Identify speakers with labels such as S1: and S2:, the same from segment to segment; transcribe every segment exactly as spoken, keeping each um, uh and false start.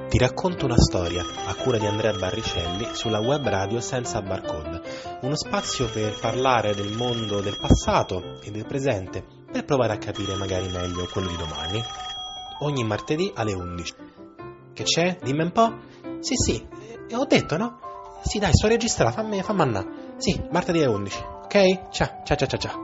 S1: Ti racconto una storia, a cura di Andrea Barricelli, sulla web radio Senza Barcode, uno spazio per parlare del mondo del passato e del presente, per provare a capire magari meglio quello di domani. Ogni martedì alle undici. Che c'è? Dimmi un po'? Sì, sì, ho detto, no? Sì, dai, sto registrando, fammi, fammi andare. Sì, martedì alle undici, ok? Ciao, ciao, ciao, ciao, ciao.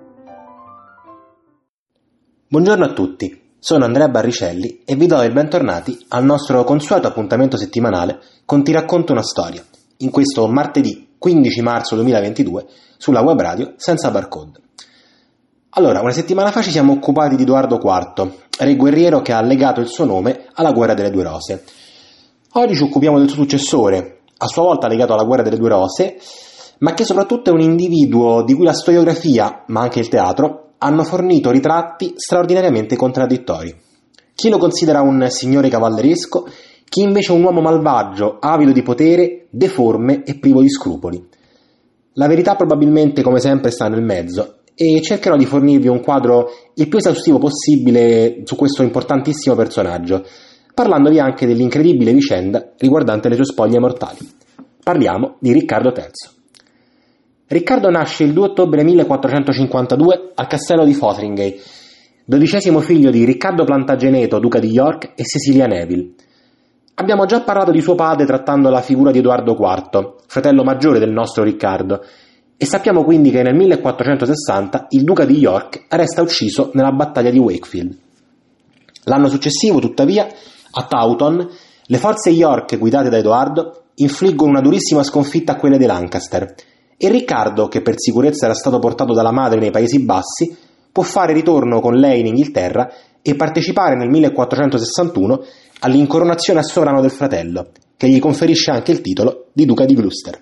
S2: Buongiorno a tutti. Sono Andrea Barricelli e vi do il bentornati al nostro consueto appuntamento settimanale con Ti racconto una storia, in questo martedì quindici marzo duemilaventidue sulla web radio Senza Barcode. Allora, una settimana fa ci siamo occupati di Edoardo quarto, re guerriero che ha legato il suo nome alla guerra delle due rose. Oggi ci occupiamo del suo successore, a sua volta legato alla guerra delle due rose, ma che soprattutto è un individuo di cui la storiografia, ma anche il teatro, hanno fornito ritratti straordinariamente contraddittori. Chi lo considera un signore cavalleresco, chi invece un uomo malvagio, avido di potere, deforme e privo di scrupoli. La verità probabilmente, come sempre, sta nel mezzo e cercherò di fornirvi un quadro il più esaustivo possibile su questo importantissimo personaggio, parlandovi anche dell'incredibile vicenda riguardante le sue spoglie mortali. Parliamo di Riccardo terzo. Riccardo nasce il due ottobre millequattrocentocinquantadue al castello di Fotheringhay, dodicesimo figlio di Riccardo Plantageneto, duca di York, e Cecilia Neville. Abbiamo già parlato di suo padre trattando la figura di Edoardo quarto, fratello maggiore del nostro Riccardo, e sappiamo quindi che nel millequattrocentosessanta il duca di York resta ucciso nella battaglia di Wakefield. L'anno successivo, tuttavia, a Taunton, le forze York guidate da Edoardo infliggono una durissima sconfitta a quelle dei Lancaster, e Riccardo, che per sicurezza era stato portato dalla madre nei Paesi Bassi, può fare ritorno con lei in Inghilterra e partecipare nel millequattrocentosessantuno all'incoronazione a sovrano del fratello, che gli conferisce anche il titolo di duca di Gloucester.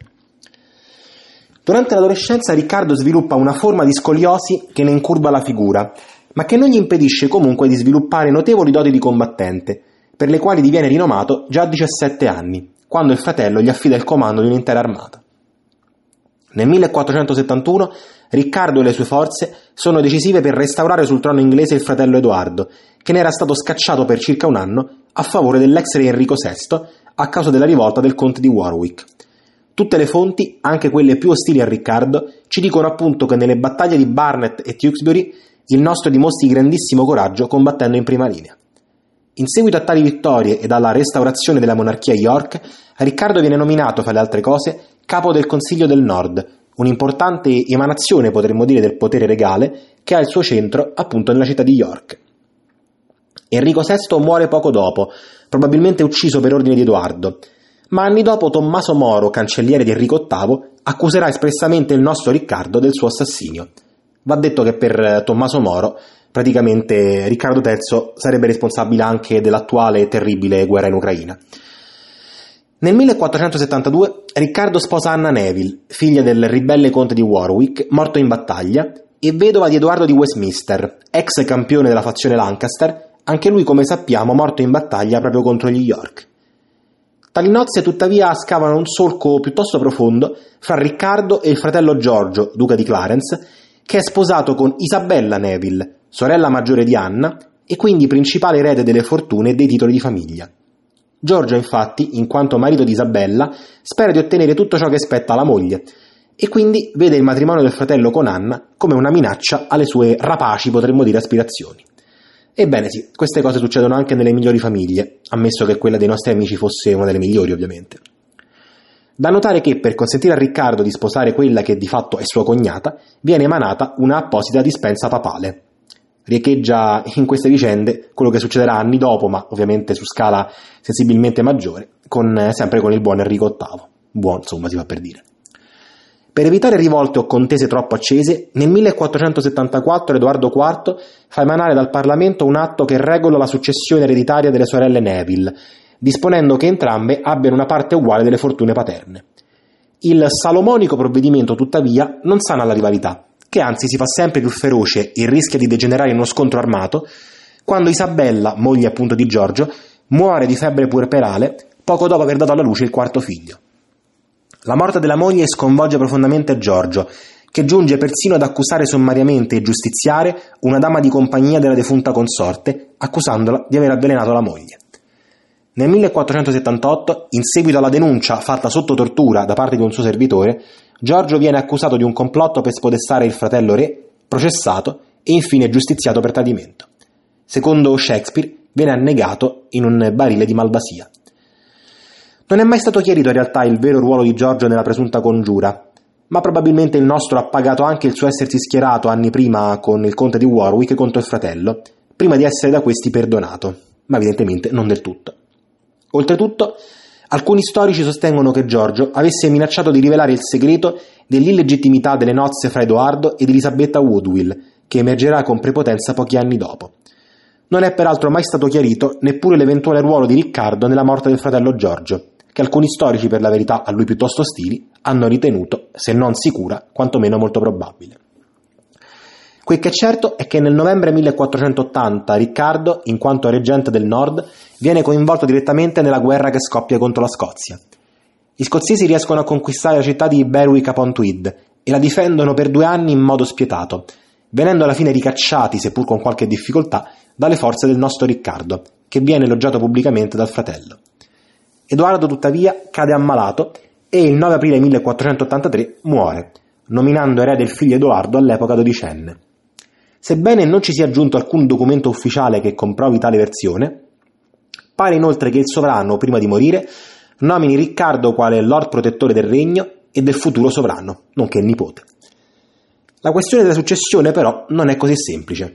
S2: Durante l'adolescenza Riccardo sviluppa una forma di scoliosi che ne incurva la figura, ma che non gli impedisce comunque di sviluppare notevoli doti di combattente, per le quali diviene rinomato già a diciassette anni, quando il fratello gli affida il comando di un'intera armata. Nel millequattrocentosettantuno Riccardo e le sue forze sono decisive per restaurare sul trono inglese il fratello Edoardo, che ne era stato scacciato per circa un anno a favore dell'ex re Enrico sesto a causa della rivolta del conte di Warwick. Tutte le fonti, anche quelle più ostili a Riccardo, ci dicono appunto che nelle battaglie di Barnet e Tewkesbury il nostro dimostri grandissimo coraggio combattendo in prima linea. In seguito a tali vittorie e alla restaurazione della monarchia York, Riccardo viene nominato, fra le altre cose, capo del Consiglio del Nord, un'importante emanazione, potremmo dire, del potere regale, che ha il suo centro appunto nella città di York. Enrico sesto muore poco dopo, probabilmente ucciso per ordine di Edoardo, ma anni dopo Tommaso Moro, cancelliere di Enrico ottavo, accuserà espressamente il nostro Riccardo del suo assassinio. Va detto che per Tommaso Moro, praticamente Riccardo terzo sarebbe responsabile anche dell'attuale terribile guerra in Ucraina. Nel millequattrocentosettantadue Riccardo sposa Anna Neville, figlia del ribelle conte di Warwick, morto in battaglia, e vedova di Edoardo di Westminster, ex campione della fazione Lancaster, anche lui, come sappiamo, morto in battaglia proprio contro gli York. Tali nozze tuttavia scavano un solco piuttosto profondo fra Riccardo e il fratello Giorgio, duca di Clarence, che è sposato con Isabella Neville, sorella maggiore di Anna, e quindi principale erede delle fortune e dei titoli di famiglia. Giorgio, infatti, in quanto marito di Isabella, spera di ottenere tutto ciò che spetta alla moglie, e quindi vede il matrimonio del fratello con Anna come una minaccia alle sue rapaci, potremmo dire, aspirazioni. Ebbene sì, queste cose succedono anche nelle migliori famiglie, ammesso che quella dei nostri amici fosse una delle migliori, ovviamente. Da notare che, per consentire a Riccardo di sposare quella che di fatto è sua cognata, viene emanata una apposita dispensa papale. Riecheggia in queste vicende quello che succederà anni dopo, ma ovviamente su scala sensibilmente maggiore, con, sempre con il buon Enrico ottavo. Buon, insomma, si fa per dire. Per evitare rivolte o contese troppo accese, nel millequattrocentosettantaquattro Edoardo quarto fa emanare dal Parlamento un atto che regola la successione ereditaria delle sorelle Neville, disponendo che entrambe abbiano una parte uguale delle fortune paterne. Il salomonico provvedimento, tuttavia, non sana la rivalità, che anzi si fa sempre più feroce e rischia di degenerare in uno scontro armato, quando Isabella, moglie appunto di Giorgio, muore di febbre puerperale poco dopo aver dato alla luce il quarto figlio. La morte della moglie sconvolge profondamente Giorgio, che giunge persino ad accusare sommariamente e giustiziare una dama di compagnia della defunta consorte, accusandola di aver avvelenato la moglie. Nel millequattrocentosettantotto, in seguito alla denuncia fatta sotto tortura da parte di un suo servitore, Giorgio viene accusato di un complotto per spodestare il fratello re, processato e infine giustiziato per tradimento. Secondo Shakespeare, viene annegato in un barile di Malvasia. Non è mai stato chiarito in realtà il vero ruolo di Giorgio nella presunta congiura, ma probabilmente il nostro ha pagato anche il suo essersi schierato anni prima con il conte di Warwick contro il fratello, prima di essere da questi perdonato, ma evidentemente non del tutto. Oltretutto, alcuni storici sostengono che Giorgio avesse minacciato di rivelare il segreto dell'illegittimità delle nozze fra Edoardo ed Elisabetta Woodville, che emergerà con prepotenza pochi anni dopo. Non è peraltro mai stato chiarito neppure l'eventuale ruolo di Riccardo nella morte del fratello Giorgio, che alcuni storici, per la verità a lui piuttosto ostili, hanno ritenuto, se non sicura, quantomeno molto probabile. Quel che è certo è che nel novembre millequattrocentottanta Riccardo, in quanto reggente del Nord, viene coinvolto direttamente nella guerra che scoppia contro la Scozia. Gli scozzesi riescono a conquistare la città di Berwick-upon-Tweed e la difendono per due anni in modo spietato, venendo alla fine ricacciati, seppur con qualche difficoltà, dalle forze del nostro Riccardo, che viene elogiato pubblicamente dal fratello. Edoardo, tuttavia, cade ammalato e il nove aprile millequattrocentottantatré muore, nominando erede il figlio Edoardo all'epoca dodicenne. Sebbene non ci sia aggiunto alcun documento ufficiale che comprovi tale versione, pare inoltre che il sovrano, prima di morire, nomini Riccardo quale Lord Protettore del regno e del futuro sovrano, nonché nipote. La questione della successione, però, non è così semplice.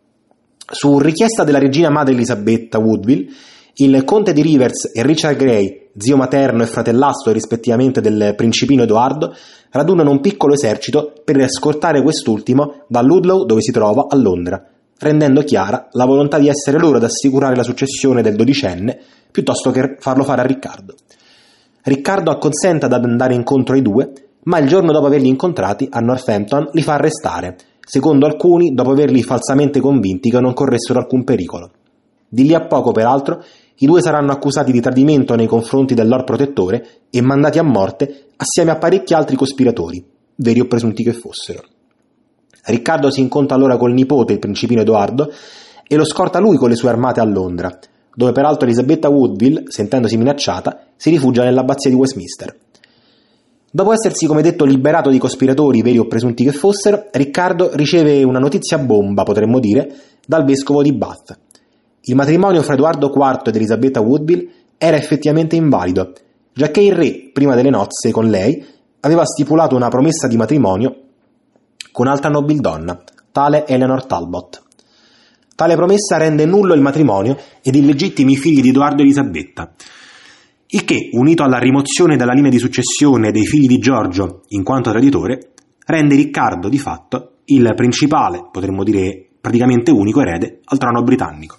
S2: Su richiesta della regina madre Elisabetta Woodville, il conte di Rivers e Richard Grey, zio materno e fratellastro rispettivamente del principino Edoardo, radunano un piccolo esercito per scortare quest'ultimo da Ludlow, dove si trova, a Londra, rendendo chiara la volontà di essere loro ad assicurare la successione del dodicenne piuttosto che farlo fare a Riccardo. Riccardo acconsente ad andare incontro ai due, ma il giorno dopo averli incontrati a Northampton li fa arrestare, secondo alcuni dopo averli falsamente convinti che non corressero alcun pericolo. Di lì a poco, peraltro, i due saranno accusati di tradimento nei confronti del Lord Protettore e mandati a morte assieme a parecchi altri cospiratori, veri o presunti che fossero. Riccardo si incontra allora col nipote, il principino Edoardo, e lo scorta lui con le sue armate a Londra, dove peraltro Elisabetta Woodville, sentendosi minacciata, si rifugia nell'abbazia di Westminster. Dopo essersi, come detto, liberato di cospiratori, veri o presunti che fossero, Riccardo riceve una notizia bomba, potremmo dire, dal vescovo di Bath. Il matrimonio fra Edoardo quarto ed Elisabetta Woodville era effettivamente invalido, giacché il re, prima delle nozze con lei, aveva stipulato una promessa di matrimonio con altra nobildonna, tale Eleanor Talbot. Tale promessa rende nullo il matrimonio ed i legittimi figli di Edoardo e Elisabetta, il che, unito alla rimozione dalla linea di successione dei figli di Giorgio in quanto traditore, rende Riccardo di fatto il principale, potremmo dire praticamente unico erede al trono britannico.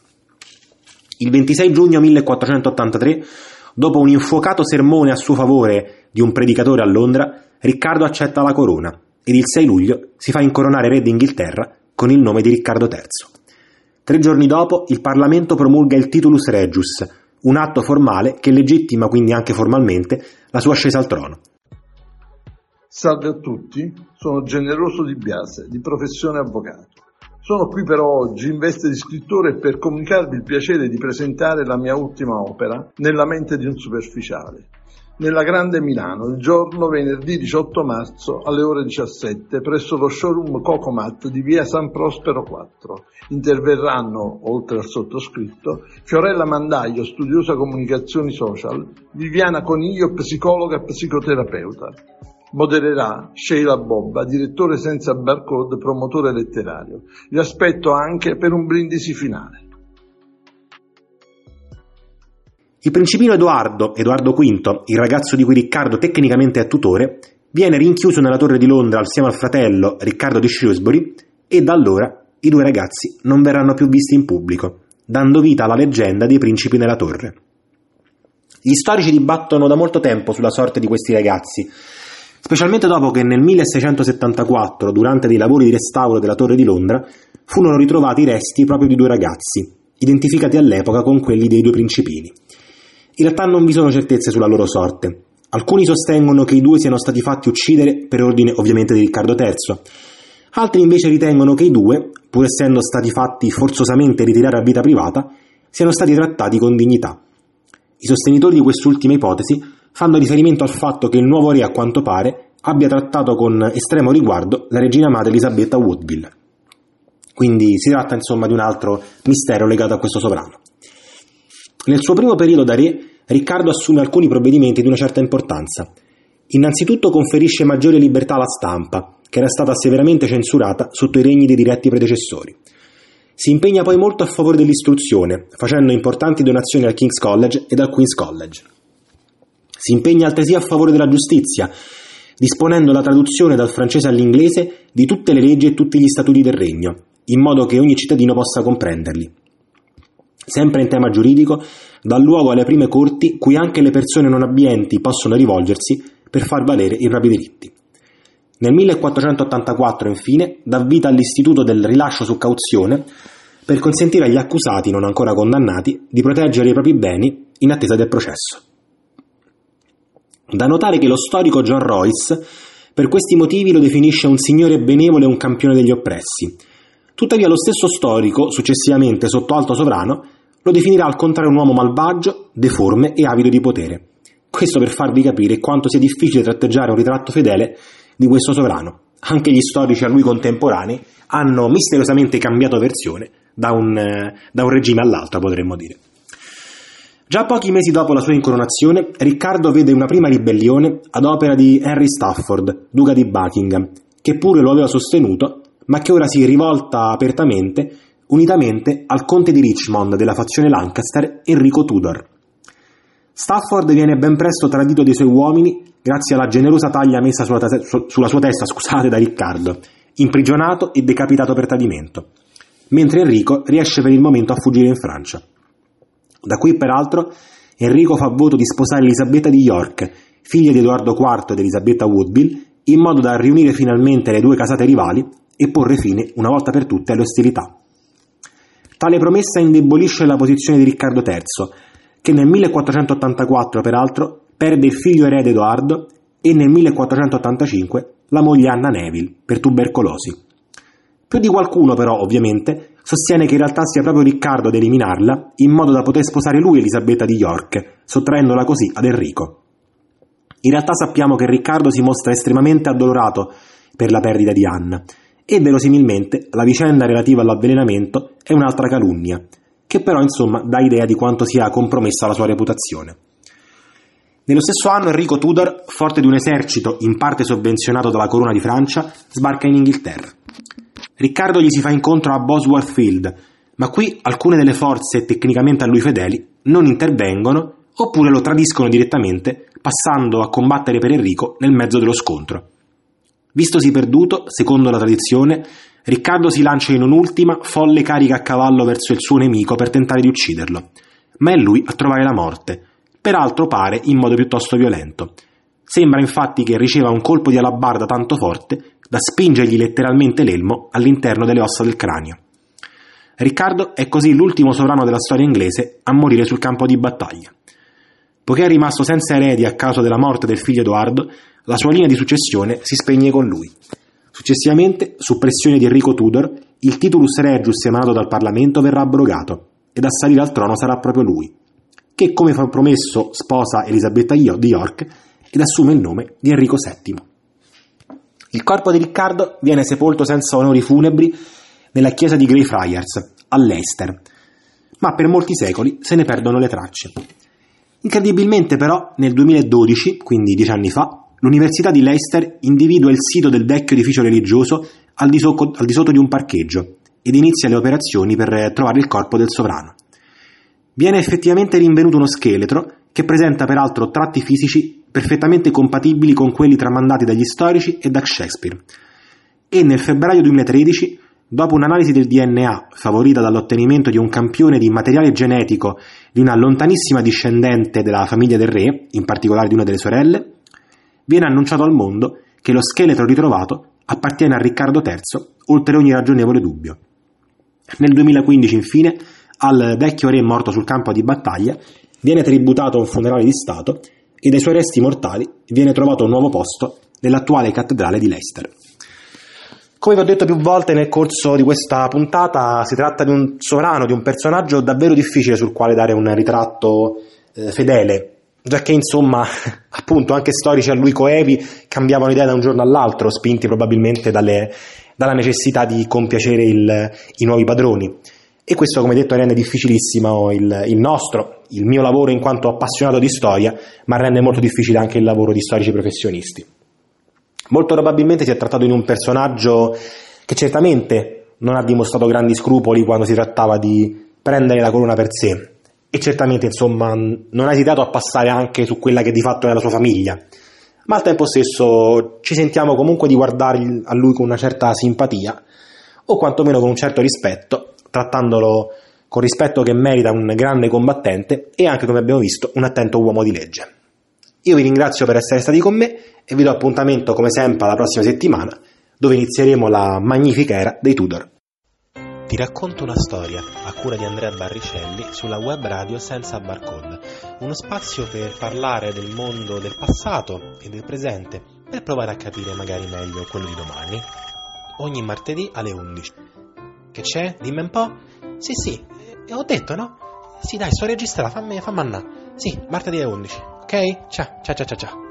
S2: Il ventisei giugno millequattrocentottantatré, dopo un infuocato sermone a suo favore di un predicatore a Londra, Riccardo accetta la corona ed il sei luglio si fa incoronare re d'Inghilterra con il nome di Riccardo terzo. Tre giorni dopo il Parlamento promulga il Titulus Regius, un atto formale che legittima quindi anche formalmente la sua ascesa al trono.
S3: Salve a tutti, sono Generoso Di Biase, di professione avvocato. Sono qui però oggi in veste di scrittore per comunicarvi il piacere di presentare la mia ultima opera, Nella mente di un superficiale, nella Grande Milano, il giorno venerdì diciotto marzo alle ore diciassette presso lo showroom Cocomat di via San Prospero quattro. Interverranno, oltre al sottoscritto, Fiorella Mandaio, studiosa comunicazioni social, Viviana Coniglio, psicologa e psicoterapeuta. Modererà Sheila Bobba, direttore senza barcode, promotore letterario. Vi aspetto anche per un brindisi finale.
S2: Il principino Edoardo, Edoardo quinto, il ragazzo di cui Riccardo tecnicamente è tutore, viene rinchiuso nella torre di Londra assieme al fratello Riccardo di Shrewsbury e da allora i due ragazzi non verranno più visti in pubblico, dando vita alla leggenda dei principi nella torre. Gli storici dibattono da molto tempo sulla sorte di questi ragazzi, specialmente dopo che nel milleseicentosettantaquattro, durante dei lavori di restauro della Torre di Londra, furono ritrovati i resti proprio di due ragazzi, identificati all'epoca con quelli dei due principini. In realtà non vi sono certezze sulla loro sorte. Alcuni sostengono che i due siano stati fatti uccidere per ordine ovviamente di Riccardo terzo. Altri invece ritengono che i due, pur essendo stati fatti forzosamente ritirare a vita privata, siano stati trattati con dignità. I sostenitori di quest'ultima ipotesi fanno riferimento al fatto che il nuovo re, a quanto pare, abbia trattato con estremo riguardo la regina madre Elisabetta Woodville. Quindi si tratta insomma di un altro mistero legato a questo sovrano. Nel suo primo periodo da re, Riccardo assume alcuni provvedimenti di una certa importanza. Innanzitutto conferisce maggiore libertà alla stampa, che era stata severamente censurata sotto i regni dei diretti predecessori. Si impegna poi molto a favore dell'istruzione, facendo importanti donazioni al King's College ed al Queen's College. Si impegna altresì a favore della giustizia, disponendo la traduzione dal francese all'inglese di tutte le leggi e tutti gli statuti del regno, in modo che ogni cittadino possa comprenderli. Sempre in tema giuridico, dà luogo alle prime corti cui anche le persone non abbienti possono rivolgersi per far valere i propri diritti. Nel millequattrocentottantaquattro, infine, dà vita all'istituto del rilascio su cauzione per consentire agli accusati non ancora condannati di proteggere i propri beni in attesa del processo. Da notare che lo storico John Royce per questi motivi lo definisce un signore benevolo e un campione degli oppressi. Tuttavia lo stesso storico, successivamente sotto Alto Sovrano, lo definirà al contrario un uomo malvagio, deforme e avido di potere. Questo per farvi capire quanto sia difficile tratteggiare un ritratto fedele di questo sovrano. Anche gli storici a lui contemporanei hanno misteriosamente cambiato versione da un, da un regime all'altro, potremmo dire. Già pochi mesi dopo la sua incoronazione, Riccardo vede una prima ribellione ad opera di Henry Stafford, duca di Buckingham, che pure lo aveva sostenuto, ma che ora si rivolta apertamente, unitamente al conte di Richmond della fazione Lancaster, Enrico Tudor. Stafford viene ben presto tradito dai suoi uomini grazie alla generosa taglia messa sulla, te- sulla sua testa scusate, da Riccardo, imprigionato e decapitato per tradimento, mentre Enrico riesce per il momento a fuggire in Francia. Da qui, peraltro, Enrico fa voto di sposare Elisabetta di York, figlia di Edoardo quarto ed Elisabetta Woodville, in modo da riunire finalmente le due casate rivali e porre fine, una volta per tutte, alle ostilità. Tale promessa indebolisce la posizione di Riccardo terzo, che nel millequattrocentottantaquattro, peraltro, perde il figlio erede Edoardo e nel millequattrocentottantacinque la moglie Anna Neville per tubercolosi. Più di qualcuno, però, ovviamente, sostiene che in realtà sia proprio Riccardo ad eliminarla, in modo da poter sposare lui Elisabetta di York, sottraendola così ad Enrico. In realtà sappiamo che Riccardo si mostra estremamente addolorato per la perdita di Anna, e verosimilmente la vicenda relativa all'avvelenamento è un'altra calunnia, che però insomma dà idea di quanto sia compromessa la sua reputazione. Nello stesso anno Enrico Tudor, forte di un esercito in parte sovvenzionato dalla corona di Francia, sbarca in Inghilterra. Riccardo gli si fa incontro a Bosworth Field, ma qui alcune delle forze tecnicamente a lui fedeli non intervengono oppure lo tradiscono direttamente, passando a combattere per Enrico nel mezzo dello scontro. Vistosi perduto, secondo la tradizione, Riccardo si lancia in un'ultima, folle carica a cavallo verso il suo nemico per tentare di ucciderlo, ma è lui a trovare la morte, peraltro pare in modo piuttosto violento. Sembra infatti che riceva un colpo di alabarda tanto forte da spingergli letteralmente l'elmo all'interno delle ossa del cranio. Riccardo è così l'ultimo sovrano della storia inglese a morire sul campo di battaglia. Poiché è rimasto senza eredi a causa della morte del figlio Edoardo, la sua linea di successione si spegne con lui. Successivamente, su pressione di Enrico Tudor, il titulus regius emanato dal Parlamento verrà abrogato ed a salire al trono sarà proprio lui, che come promesso sposa Elisabetta di York ed assume il nome di Enrico settimo. Il corpo di Riccardo viene sepolto senza onori funebri nella chiesa di Greyfriars, a Leicester, ma per molti secoli se ne perdono le tracce. Incredibilmente però, nel duemiladodici, quindi dieci anni fa, l'Università di Leicester individua il sito del vecchio edificio religioso al di, so- al di sotto di un parcheggio ed inizia le operazioni per trovare il corpo del sovrano. Viene effettivamente rinvenuto uno scheletro che presenta peraltro tratti fisici perfettamente compatibili con quelli tramandati dagli storici e da Shakespeare. E nel febbraio duemilatredici, dopo un'analisi del D N A favorita dall'ottenimento di un campione di materiale genetico di una lontanissima discendente della famiglia del re, in particolare di una delle sorelle, viene annunciato al mondo che lo scheletro ritrovato appartiene a Riccardo terzo, oltre ogni ragionevole dubbio. Nel duemilaquindici, infine, al vecchio re morto sul campo di battaglia viene tributato un funerale di Stato e dai suoi resti mortali viene trovato un nuovo posto nell'attuale cattedrale di Leicester. Come vi ho detto più volte nel corso di questa puntata, si tratta di un sovrano, di un personaggio davvero difficile sul quale dare un ritratto eh, fedele, già che insomma appunto anche storici a lui coevi cambiavano idea da un giorno all'altro, spinti probabilmente dalle, dalla necessità di compiacere il, i nuovi padroni. E questo, come detto, rende difficilissimo il, il nostro, il mio lavoro in quanto appassionato di storia, ma rende molto difficile anche il lavoro di storici professionisti. Molto probabilmente si è trattato di un personaggio che certamente non ha dimostrato grandi scrupoli quando si trattava di prendere la corona per sé, e certamente insomma non ha esitato a passare anche su quella che di fatto è la sua famiglia, ma al tempo stesso ci sentiamo comunque di guardare a lui con una certa simpatia, o quantomeno con un certo rispetto, trattandolo con rispetto che merita un grande combattente e anche, come abbiamo visto, un attento uomo di legge. Io vi ringrazio per essere stati con me e vi do appuntamento come sempre alla prossima settimana, dove inizieremo la magnifica era dei Tudor.
S1: Ti racconto una storia a cura di Andrea Barricelli sulla web radio Senza Barcode, uno spazio per parlare del mondo del passato e del presente, per provare a capire magari meglio quello di domani. Ogni martedì alle undici. Che c'è? Dimmi un po'? Sì, sì, eh, ho detto, no? Sì, dai, sto registrando, fammi, fammi andare. Sì, martedì alle undici, ok? Ciao, ciao, ciao, ciao, ciao.